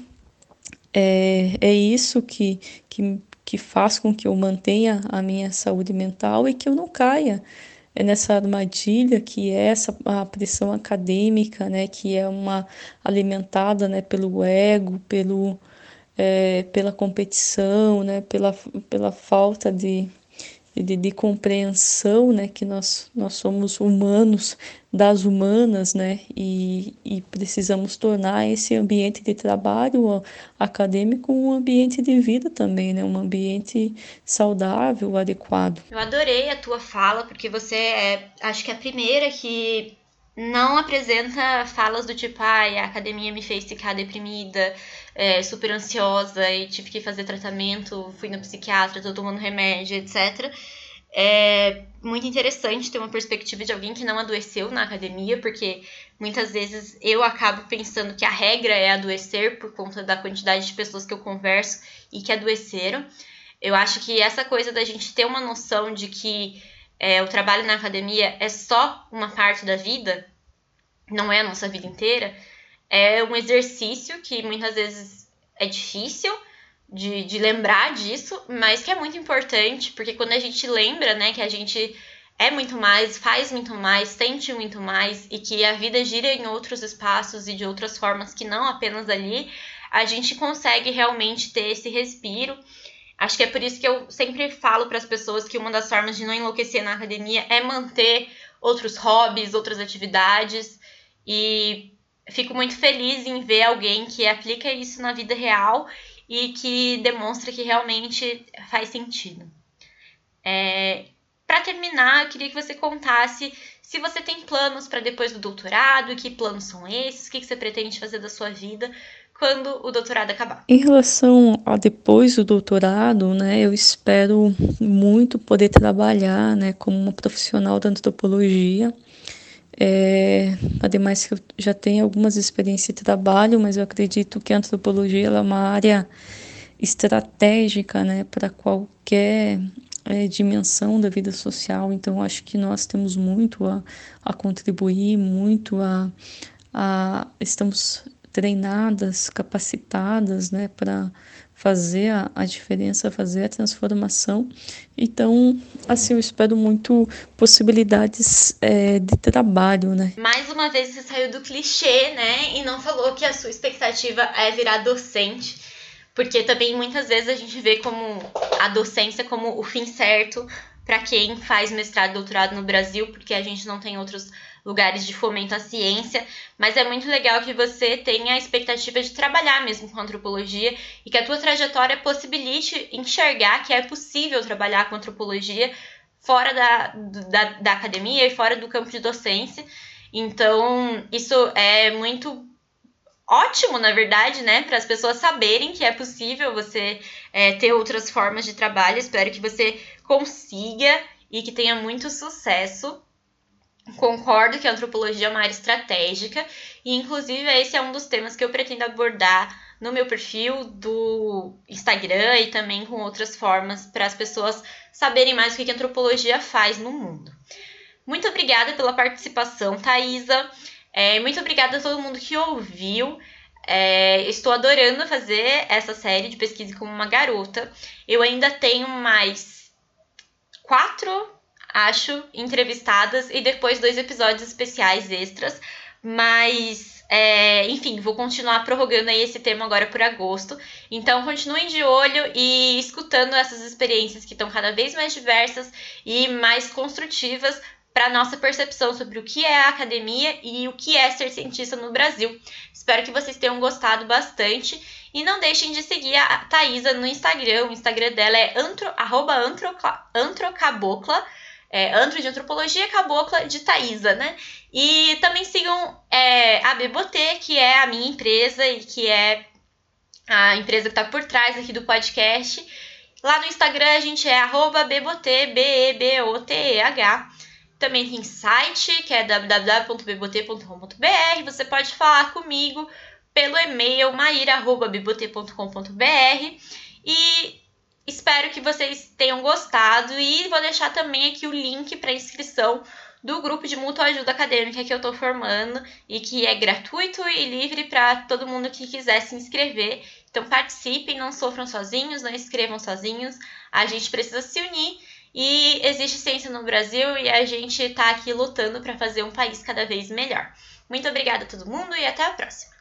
S2: é, é isso que, que, que faz com que eu mantenha a minha saúde mental e que eu não caia nessa armadilha que é essa a pressão acadêmica, né, que é uma alimentada, né, pelo ego, pelo é, pela competição, né, pela, pela falta de, de, de compreensão, né, que nós, nós somos humanos das humanas, né, e, e precisamos tornar esse ambiente de trabalho acadêmico um ambiente de vida também, né, um ambiente saudável, adequado.
S1: Eu adorei a tua fala, porque você é, acho que é a primeira que não apresenta falas do tipo, ai, a academia me fez ficar deprimida, é, super ansiosa e tive que fazer tratamento, fui no psiquiatra, tô tomando remédio, etcétera. É muito interessante ter uma perspectiva de alguém que não adoeceu na academia, porque muitas vezes eu acabo pensando que a regra é adoecer por conta da quantidade de pessoas que eu converso e que adoeceram. Eu acho que essa coisa da gente ter uma noção de que é, o trabalho na academia é só uma parte da vida, não é a nossa vida inteira, é um exercício que muitas vezes é difícil de, de lembrar disso, mas que é muito importante, porque quando a gente lembra, né, que a gente é muito mais, faz muito mais, sente muito mais, e que a vida gira em outros espaços e de outras formas que não apenas ali, a gente consegue realmente ter esse respiro. Acho que é por isso que eu sempre falo para as pessoas que uma das formas de não enlouquecer na academia é manter outros hobbies, outras atividades, e fico muito feliz em ver alguém que aplica isso na vida real e que demonstra que realmente faz sentido. É, para terminar, eu queria que você contasse se você tem planos para depois do doutorado, que planos são esses, o que você pretende fazer da sua vida quando o doutorado acabar.
S2: Em relação a depois do doutorado, né, eu espero muito poder trabalhar, né, como uma profissional da antropologia. É, ademais que eu já tenho algumas experiências de trabalho, mas eu acredito que a antropologia ela é uma área estratégica, né, para qualquer é, dimensão da vida social. Então, acho que nós temos muito a, a contribuir, muito a, a estamos treinadas, capacitadas, né, para fazer a, a diferença, fazer a transformação. Então, assim, eu espero muito possibilidades é, de trabalho, né.
S1: Mais uma vez você saiu do clichê, né, e não falou que a sua expectativa é virar docente, porque também muitas vezes a gente vê como a docência como o fim certo para quem faz mestrado e doutorado no Brasil, porque a gente não tem outros lugares de fomento à ciência, mas é muito legal que você tenha a expectativa de trabalhar mesmo com antropologia e que a tua trajetória possibilite enxergar que é possível trabalhar com antropologia fora da, da, da academia e fora do campo de docência. Então, isso é muito ótimo, na verdade, né, para as pessoas saberem que é possível você é, ter outras formas de trabalho. Espero que você consiga e que tenha muito sucesso. Concordo que a antropologia é uma área estratégica e, inclusive, esse é um dos temas que eu pretendo abordar no meu perfil do Instagram e também com outras formas para as pessoas saberem mais o que a antropologia faz no mundo. Muito obrigada pela participação, Thaisa. É, muito obrigada a todo mundo que ouviu. É, estou adorando fazer essa série de pesquisa como uma garota. Eu ainda tenho mais quatro, acho, entrevistadas e depois dois episódios especiais extras. Mas, é, enfim, vou continuar prorrogando aí esse tema agora por agosto. Então, continuem de olho e escutando essas experiências que estão cada vez mais diversas e mais construtivas para a nossa percepção sobre o que é a academia e o que é ser cientista no Brasil. Espero que vocês tenham gostado bastante e não deixem de seguir a Thaisa no Instagram. O Instagram dela é antro, arroba antroca, antrocabocla, é, antro de antropologia, cabocla de Thaisa, né? E também sigam é, a Bebotê, que é a minha empresa e que é a empresa que está por trás aqui do podcast. Lá no Instagram a gente é arroba bebotê, B E B O T E H. Também tem site, que é w w w ponto bebotê ponto com ponto b r. Você pode falar comigo pelo e-mail maíra arroba bebotê ponto com ponto b r. E espero que vocês tenham gostado. E vou deixar também aqui o link para inscrição do grupo de mútua ajuda acadêmica que eu estou formando e que é gratuito e livre para todo mundo que quiser se inscrever. Então participem, não sofram sozinhos, não escrevam sozinhos. A gente precisa se unir. E existe ciência no Brasil e a gente está aqui lutando para fazer um país cada vez melhor. Muito obrigada a todo mundo e até a próxima!